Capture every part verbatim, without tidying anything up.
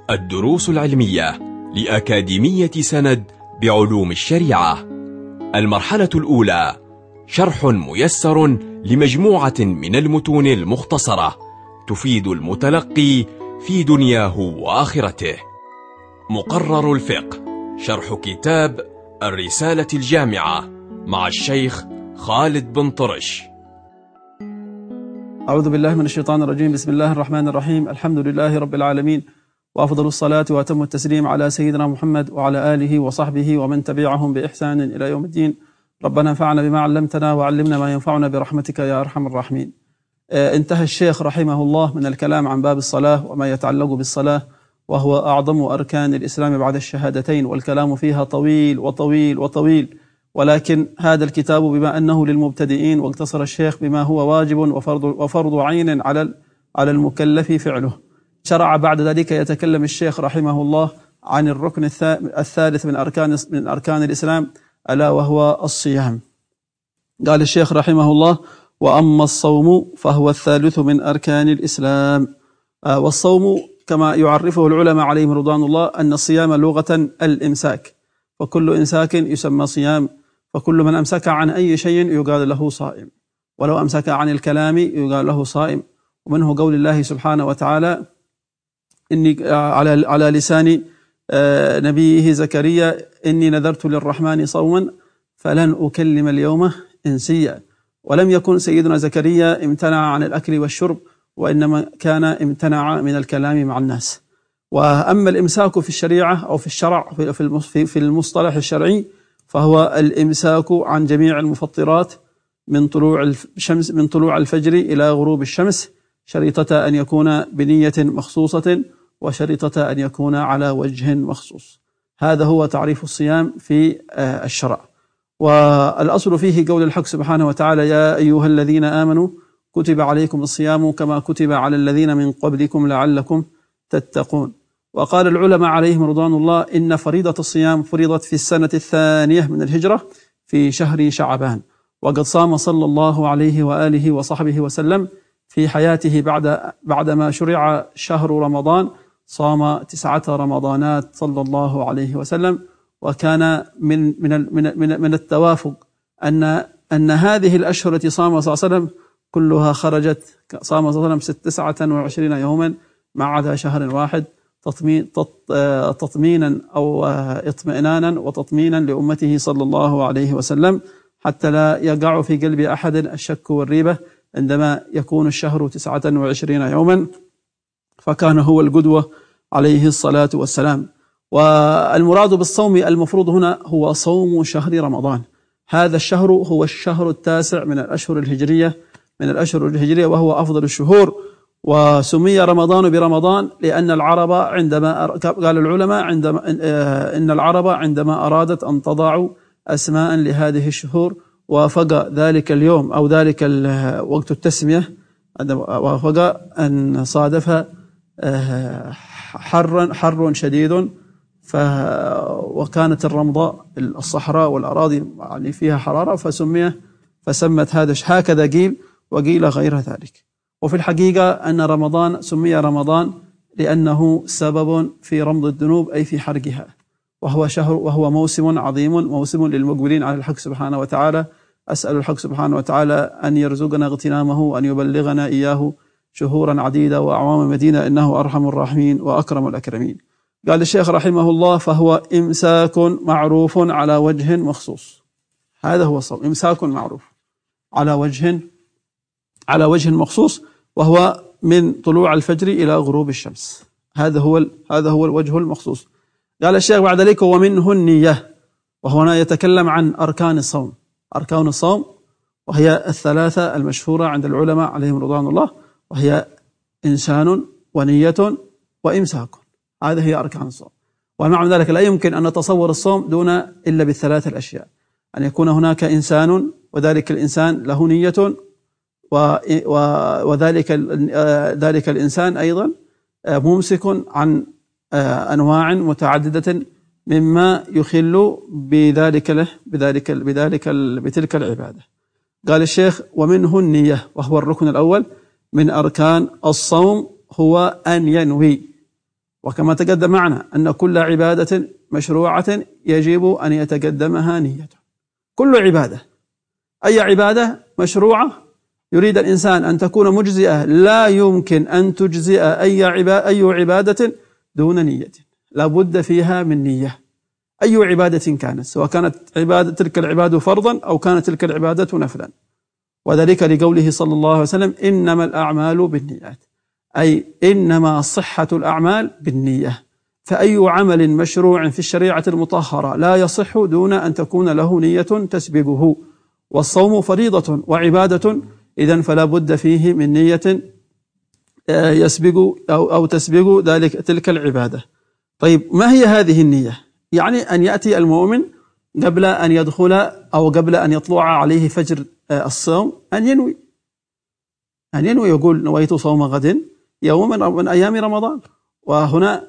الدروس العلمية لأكاديمية سند بعلوم الشريعة. المرحلة الأولى: شرح ميسر لمجموعة من المتون المختصرة تفيد المتلقي في دنياه وآخرته. مقرر الفقه، شرح كتاب الرسالة الجامعة مع الشيخ خالد بن طرش. أعوذ بالله من الشيطان الرجيم. بسم الله الرحمن الرحيم. الحمد لله رب العالمين، وأفضل الصلاة وأتم التسليم على سيدنا محمد وعلى آله وصحبه ومن تبعهم بإحسان إلى يوم الدين. ربنا انفعنا بما علمتنا وعلمنا ما ينفعنا برحمتك يا أرحم الراحمين. انتهى الشيخ رحمه الله من الكلام عن باب الصلاة وما يتعلق بالصلاة، وهو أعظم أركان الإسلام بعد الشهادتين، والكلام فيها طويل وطويل وطويل، ولكن هذا الكتاب بما أنه للمبتدئين واقتصر الشيخ بما هو واجب وفرض, وفرض عين على على المكلف فعله. شرع بعد ذلك يتكلم الشيخ رحمه الله عن الركن الثالث من أركان من أركان الإسلام، ألا وهو الصيام. قال الشيخ رحمه الله: وأما الصوم فهو الثالث من أركان الإسلام. والصوم كما يعرفه العلماء عليهم رضوان الله أن الصيام لغة الإمساك، وكل إمساك يسمى صيام، فكل من أمسك عن أي شيء يقال له صائم، ولو أمسك عن الكلام يقال له صائم. ومنه قول الله سبحانه وتعالى: إني على على لسان نبيه زكريا إني نذرت للرحمن صوما فلن أكلم اليوم إنسيا. ولم يكن سيدنا زكريا امتنع عن الأكل والشرب، وإنما كان امتنع من الكلام مع الناس. وأما الإمساك في الشريعة أو في الشرع في في المصطلح الشرعي، فهو الإمساك عن جميع المفطرات من طلوع الشمس من طلوع الفجر إلى غروب الشمس، شريطة أن يكون بنية مخصوصة، وشريطة أن يكون على وجه مخصوص. هذا هو تعريف الصيام في الشرع. والأصل فيه قول الحق سبحانه وتعالى: يا أيها الذين آمنوا كتب عليكم الصيام كما كتب على الذين من قبلكم لعلكم تتقون. وقال العلماء عليهم رضوان الله إن فريضة الصيام فرضت في السنة الثانية من الهجرة في شهر شعبان، وقد صام صلى الله عليه وآله وصحبه وسلم في حياته بعد بعدما شرع شهر رمضان، صام تسعة رمضانات صلى الله عليه وسلم. وكان من من من من التوافق أن أن هذه الأشهر التي صام صلى الله عليه وسلم كلها خرجت، صام صلى الله عليه وسلم تسعة وعشرين يوما ما عدا شهر واحد، تطمين تطمينا أو اطمئنانا وتطمينا لأمته صلى الله عليه وسلم، حتى لا يقع في قلب أحد الشك والريبة عندما يكون الشهر تسعة وعشرين يوما، فكان هو القدوة عليه الصلاة والسلام. والمراد بالصوم المفروض هنا هو صوم شهر رمضان. هذا الشهر هو الشهر التاسع من الأشهر الهجرية من الأشهر الهجرية وهو أفضل الشهور. وسمي رمضان برمضان لأن العرب عندما قال العلماء عندما إن العرب عندما أرادت أن تضع أسماء لهذه الشهور، وافق ذلك اليوم أو ذلك وقت التسمية وافق أن صادف حر حر شديد، ف وكانت الرمضاء الصحراء والأراضي يعني فيها حرارة، فسمي فسمت هذا هكذا قيل، وقيل غير ذلك. وفي الحقيقة أن رمضان سمي رمضان لأنه سبب في رمض الذنوب، أي في حرقها، وهو شهر وهو موسم عظيم، موسم للمقبلين على الحق سبحانه وتعالى. أسأل الحق سبحانه وتعالى أن يرزقنا اغتنامه وأن يبلغنا إياه شهورا عديدة وأعوام مدينة، إنه أرحم الراحمين وأكرم الأكرمين. قال الشيخ رحمه الله: فهو إمساك معروف على وجه مخصوص. هذا هو الصوم، إمساك معروف على وجه على وجه مخصوص، وهو من طلوع الفجر إلى غروب الشمس. هذا هو هذا هو الوجه المخصوص. قال الشيخ بعد ذلك: ومنه النية. وهنا يتكلم عن أركان الصوم. أركان الصوم وهي الثلاثة المشهورة عند العلماء عليهم رضوان الله، وهي إنسان ونية وإمساك. هذه هي أركان الصوم. ومع ذلك لا يمكن أن نتصور الصوم دون إلا بالثلاث الأشياء: أن يكون هناك إنسان، وذلك الإنسان له نية، وذلك ذلك الإنسان أيضا ممسك عن أنواع متعددة مما يخل بذلك له بذلك بذلك بتلك العبادة. قال الشيخ: ومنه النية، وهو الركن الأول من أركان الصوم، هو أن ينوي. وكما تقدم معنا أن كل عبادة مشروعة يجب أن يتقدمها نية. كل عبادة، أي عبادة مشروعة يريد الإنسان أن تكون مجزئة، لا يمكن أن تجزئ أي عبادة دون نية، لا بد فيها من نية. أي عبادة كانت، سواء كانت عبادة تلك العبادة فرضا أو كانت تلك العبادة نفلا. وذلك لقوله صلى الله عليه وسلم: إنما الأعمال بالنيات، أي إنما صحة الأعمال بالنية. فأي عمل مشروع في الشريعة المطهرة لا يصح دون أن تكون له نية تسبقه. والصوم فريضة وعبادة، إذن فلا بد فيه من نية يسبق أو أو تسبق ذلك تلك العبادة. طيب، ما هي هذه النية؟ يعني أن يأتي المؤمن قبل أن يدخل أو قبل أن يطلع عليه فجر الصوم أن ينوي أن ينوي يقول: نويت صوم غد يوم من أيام رمضان. وهنا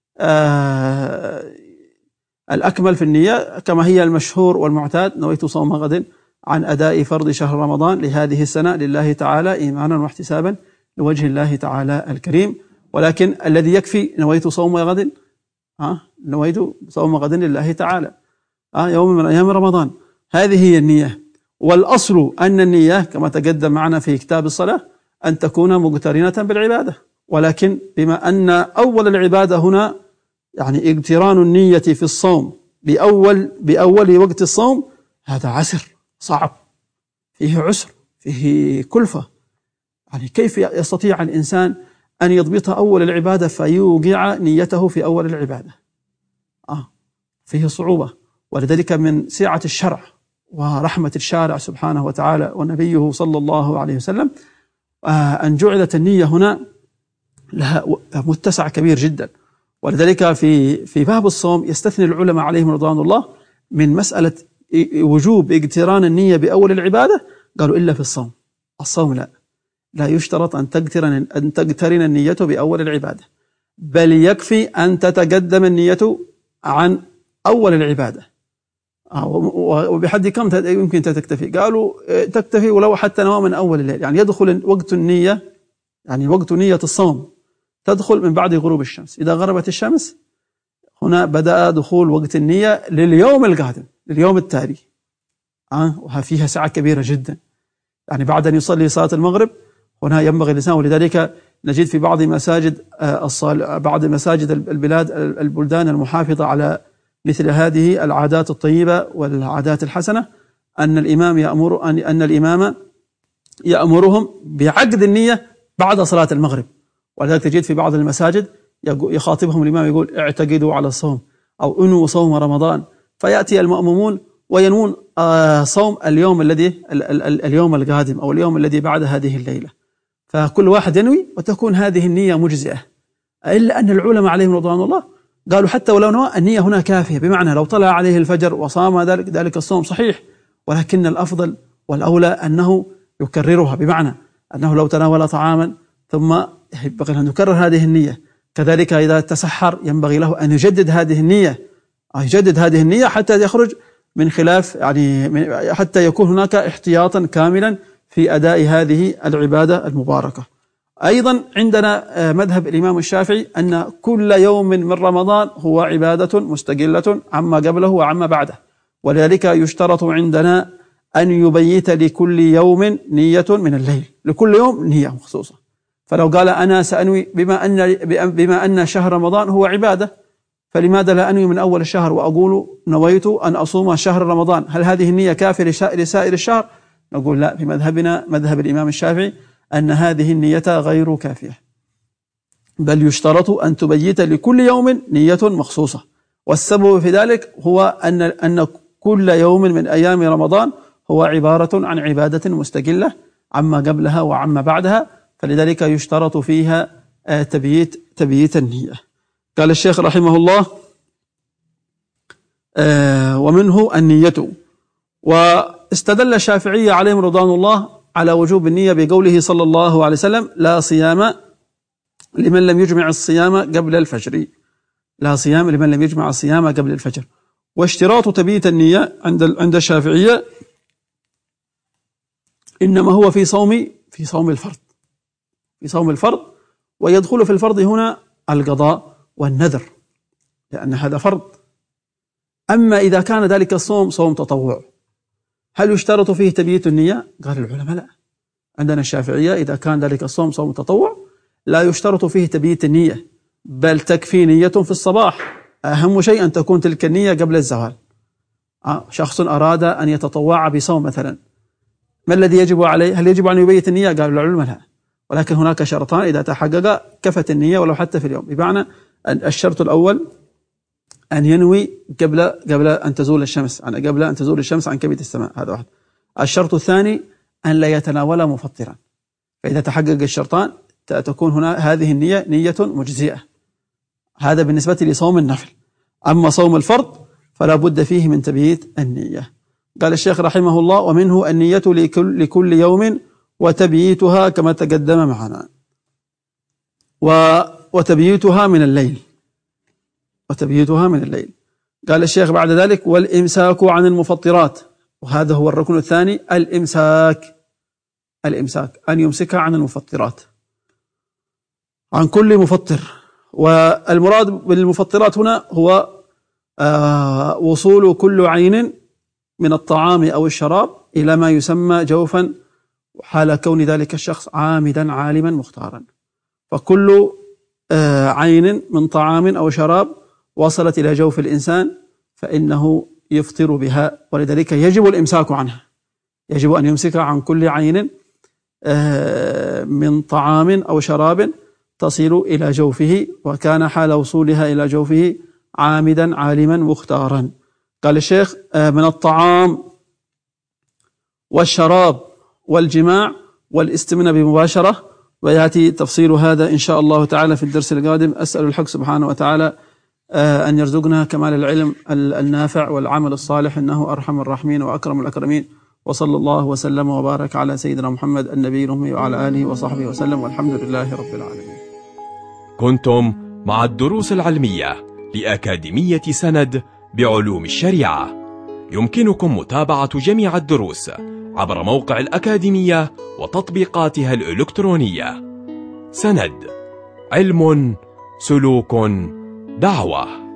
آه الأكمل في النية كما هي المشهور والمعتاد: نويت صوم غد عن أداء فرض شهر رمضان لهذه السنة لله تعالى إيمانا واحتسابا لوجه الله تعالى الكريم. ولكن الذي يكفي نويت صوم غد، ها نويت صوم غد لله تعالى ها يوم من أيام رمضان. هذه هي النية. والأصل أن النية كما تقدم معنا في كتاب الصلاة أن تكون مقترنة بالعبادة، ولكن بما أن أول العبادة هنا يعني اقتران النية في الصوم بأول بأول وقت الصوم، هذا عسر صعب، فيه عسر، فيه كلفة. يعني كيف يستطيع الإنسان أن يضبط أول العبادة فيوقع نيته في أول العبادة؟ آه فيه صعوبة. ولذلك من سعة الشرع ورحمة الشارع سبحانه وتعالى ونبيه صلى الله عليه وسلم آه أن جعلت النية هنا لها متسع كبير جدا. ولذلك في في باب الصوم يستثني العلماء عليهم رضوان الله من مسألة وجوب اقتران النية بأول العبادة، قالوا إلا في الصوم. الصوم لا لا يشترط أن تقترن أن تقترن النية بأول العبادة، بل يكفي أن تتقدم النية عن أول العبادة. وبحد كم يمكن تكتفي؟ قالوا تكتفي ولو حتى نوى من أول الليل. يعني يدخل وقت النية، يعني وقت نية الصوم تدخل من بعد غروب الشمس. إذا غربت الشمس هنا بدأ دخول وقت النية لليوم القادم، لليوم التالي. أه؟ وفيها ساعة كبيرة جدا. يعني بعد أن يصلي صلاة المغرب هنا ينبغي الإنسان، ولذلك نجد في بعض مساجد الصال بعض مساجد البلاد البلدان المحافظة على مثل هذه العادات الطيبة والعادات الحسنة أن الإمام يأمر أن أن الإمام يأمرهم بعقد النية بعد صلاة المغرب. ولذلك تجد في بعض المساجد يخاطبهم الإمام يقول: اعتقدوا على الصوم أو انووا صوم رمضان. فيأتي المأمومون وينوون صوم اليوم الذي اليوم القادم أو اليوم الذي بعد هذه الليلة. فكل واحد ينوي وتكون هذه النية مجزئة. إلا أن العلماء عليهم رضوان الله قالوا حتى ولو نوى النية هنا كافية، بمعنى لو طلع عليه الفجر وصام ذلك ذلك الصوم صحيح، ولكن الأفضل والأولى أنه يكررها، بمعنى أنه لو تناول طعاما ثم ينبغي أن يكرر هذه النية. كذلك إذا تسحر ينبغي له أن يجدد هذه النية، يجدد هذه النية حتى يخرج من خلاف، يعني حتى يكون هناك احتياطا كاملا في أداء هذه العبادة المباركة. أيضا عندنا مذهب الإمام الشافعي أن كل يوم من رمضان هو عبادة مستقلة عما قبله وعما بعده. ولذلك يشترط عندنا أن يبيت لكل يوم نية من الليل، لكل يوم نية مخصوصة. فلو قال أنا سأنوي بما أن بما أن شهر رمضان هو عبادة، فلماذا لا أنوي من أول الشهر وأقول نويت أن أصوم شهر رمضان؟ هل هذه النية كافية لسائر الشهر؟ نقول لا، في مذهبنا مذهب الإمام الشافعي أن هذه النية غير كافية، بل يشترط أن تبيت لكل يوم نية مخصوصة. والسبب في ذلك هو أن أن كل يوم من أيام رمضان هو عبارة عن عبادة مستقلة عما قبلها وعما بعدها، فلذلك يشترط فيها تبييت تبييت النية. قال الشيخ رحمه الله: ومنه النية. واستدل الشافعية عليهم رضوان الله على وجوب النية بقوله صلى الله عليه وسلم: لا صيام لمن لم يجمع الصيام قبل الفجر. لا صيام لمن لم يجمع الصيام قبل الفجر. واشتراط تبييت النية عند عند الشافعية إنما هو في صوم في صوم الفرض في صوم الفرض ويدخل في الفرض هنا القضاء والنذر، لأن هذا فرض. أما إذا كان ذلك الصوم صوم تطوع هل يشترط فيه تبييت النية؟ قال العلماء لا. عندنا الشافعية إذا كان ذلك الصوم صوم تطوع لا يشترط فيه تبييت النية، بل تكفي نية في الصباح. أهم شيء أن تكون تلك النية قبل الزوال. شخص أراد أن يتطوع بصوم مثلا، ما الذي يجب عليه؟ هل يجب أن يبيت النية؟ قالوا العلماء لا، ولكن هناك شرطان إذا تحقق كفت النية ولو حتى في اليوم. بمعنى الشرط الأول أن ينوي قبل قبل أن تزول الشمس، يعني قبل أن تزول الشمس عن كبد السماء، هذا واحد. الشرط الثاني أن لا يتناول مفطرا، فإذا تحقق الشرطان تكون هنا هذه النية نية مجزئة. هذا بالنسبة لصوم النفل. أما صوم الفرض فلا بد فيه من تبييت النية. قال الشيخ رحمه الله: ومنه النية لكل, لكل يوم وتبييتها كما تقدم معنا، وتبييتها من الليل وتبييتها من الليل. قال الشيخ بعد ذلك: والإمساك عن المفطرات، وهذا هو الركن الثاني، الإمساك الإمساك أن يمسك عن المفطرات، عن كل مفطر. والمراد بالمفطرات هنا هو آه وصول كل عين من الطعام أو الشراب إلى ما يسمى جوفا، حال كون ذلك الشخص عامدا عالما مختارا. فكل آه عين من طعام أو شراب وصلت إلى جوف الإنسان فإنه يفطر بها، ولذلك يجب الإمساك عنها. يجب أن يمسك عن كل عين آه من طعام أو شراب تصل إلى جوفه، وكان حال وصولها إلى جوفه عامدا عالما مختارا. قال الشيخ: من الطعام والشراب والجماع والاستمناء بمباشرة، ويأتي تفصيل هذا إن شاء الله تعالى في الدرس القادم. أسأل الحق سبحانه وتعالى أن يرزقنا كمال العلم النافع والعمل الصالح، إنه أرحم الراحمين وأكرم الأكرمين. وصلى الله وسلم وبارك على سيدنا محمد النبي الأمي وعلى آله وصحبه وسلم، والحمد لله رب العالمين. كنتم مع الدروس العلمية لأكاديمية سند بعلوم الشريعة. يمكنكم متابعة جميع الدروس عبر موقع الأكاديمية وتطبيقاتها الإلكترونية. سند، علم، سلوك، دعوة.